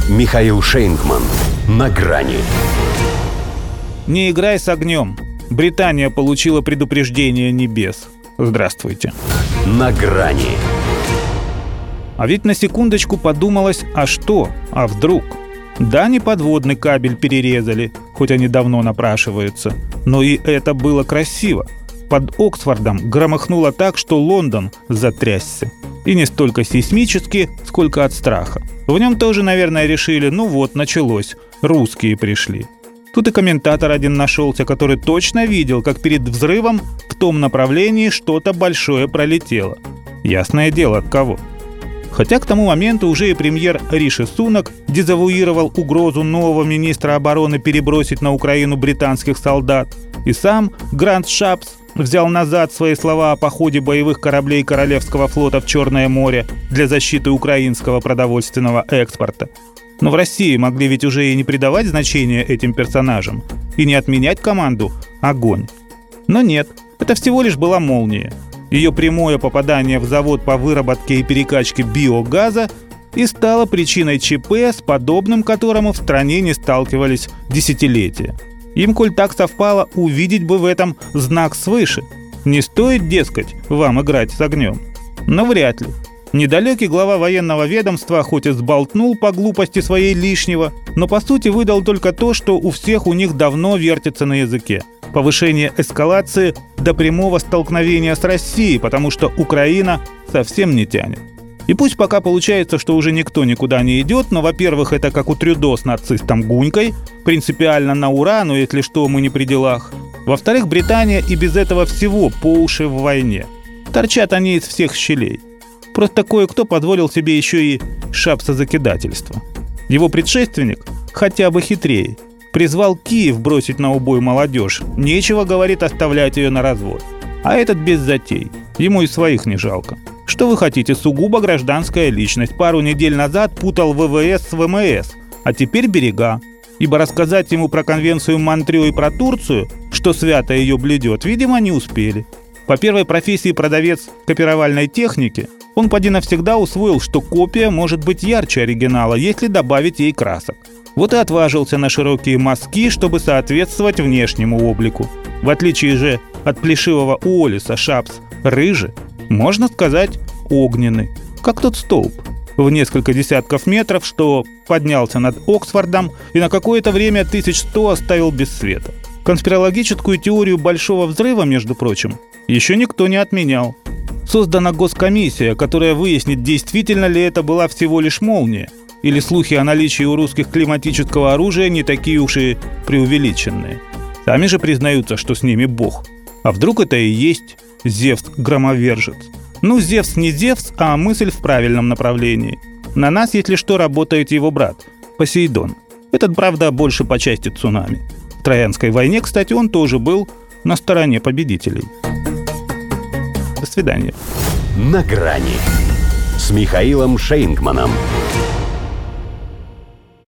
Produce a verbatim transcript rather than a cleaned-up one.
Михаил Шейнгман. На грани. Не играй с огнем. Британия получила предупреждение небес. Здравствуйте. На грани. А ведь на секундочку подумалось, а что, а вдруг? Да, не подводный кабель перерезали, хоть они давно напрашиваются, но и это было красиво. Под Оксфордом громыхнуло так, что Лондон затрясся. И не столько сейсмически, сколько от страха. В нем тоже, наверное, решили, ну вот, началось, русские пришли. Тут и комментатор один нашелся, который точно видел, как перед взрывом в том направлении что-то большое пролетело. Ясное дело, от кого. Хотя к тому моменту уже и премьер Риши Сунак дезавуировал угрозу нового министра обороны перебросить на Украину британских солдат, и сам Грант Шапс взял назад свои слова о походе боевых кораблей Королевского флота в Черное море для защиты украинского продовольственного экспорта. Но в России могли ведь уже и не придавать значения этим персонажам и не отменять команду «Огонь». Но нет, это всего лишь была молния. Ее прямое попадание в завод по выработке и перекачке биогаза и стало причиной ЧП, с подобным которому в стране не сталкивались десятилетия. Им, коль так совпало, увидеть бы в этом знак свыше. Не стоит, дескать, вам играть с огнем. Но вряд ли. Недалекий глава военного ведомства хоть и сболтнул по глупости своей лишнего, но по сути выдал только то, что у всех у них давно вертится на языке. Повышение эскалации до прямого столкновения с Россией, потому что Украина совсем не тянет. И пусть пока получается, что уже никто никуда не идет, но, во-первых, это как у Трюдо с нацистом Гунькой, принципиально на ура, но если что, мы не при делах. Во-вторых, Британия и без этого всего по уши в войне. Торчат они из всех щелей. Просто кое-кто позволил себе еще и шапсозакидательство. Его предшественник, хотя бы хитрее, призвал Киев бросить на убой молодежь. Нечего, говорит, оставлять ее на развод. А этот без затей. Ему и своих не жалко. Что вы хотите, сугубо гражданская личность. Пару недель назад путал ВВС с ВМС, а теперь берега. Ибо рассказать ему про конвенцию Монтрео и про Турцию, что свято ее блюдет, видимо, не успели. По первой профессии продавец копировальной техники, он поди навсегда усвоил, что копия может быть ярче оригинала, если добавить ей красок. Вот и отважился на широкие мазки, чтобы соответствовать внешнему облику. В отличие же от плешивого Уоллеса, Шапс рыжий, можно сказать, огненный, как тот столб в несколько десятков метров, что поднялся над Оксфордом и на какое-то время тысяч сто оставил без света. Конспирологическую теорию Большого взрыва, между прочим, еще никто не отменял. Создана госкомиссия, которая выяснит, действительно ли это была всего лишь молния, или слухи о наличии у русских климатического оружия не такие уж и преувеличенные. Сами же признаются, что с ними Бог. А вдруг это и есть Зевс-громовержец? Ну, Зевс не Зевс, а мысль в правильном направлении. На нас, если что, работает его брат Посейдон. Этот, правда, больше по части цунами. В Троянской войне, кстати, он тоже был на стороне победителей. До свидания. На грани с Михаилом Шейнгманом.